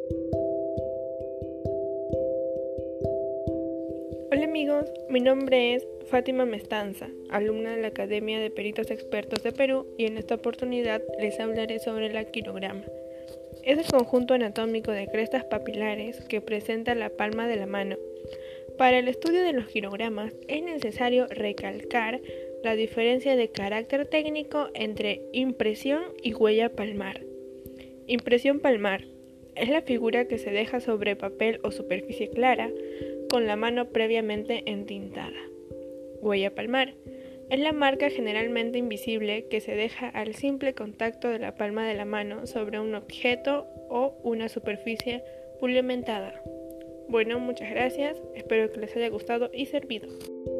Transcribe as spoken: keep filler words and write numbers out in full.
Hola amigos, mi nombre es Fátima Mestanza, alumna de la Academia de Peritos Expertos de Perú, y en esta oportunidad les hablaré sobre el quirograma. Es el conjunto anatómico de crestas papilares que presenta la palma de la mano. Para el estudio de los quirogramas es necesario recalcar la diferencia de carácter técnico entre impresión y huella palmar. Impresión palmar es la figura que se deja sobre papel o superficie clara con la mano previamente entintada. Huella palmar es la marca generalmente invisible que se deja al simple contacto de la palma de la mano sobre un objeto o una superficie pulimentada. Bueno, muchas gracias, espero que les haya gustado y servido.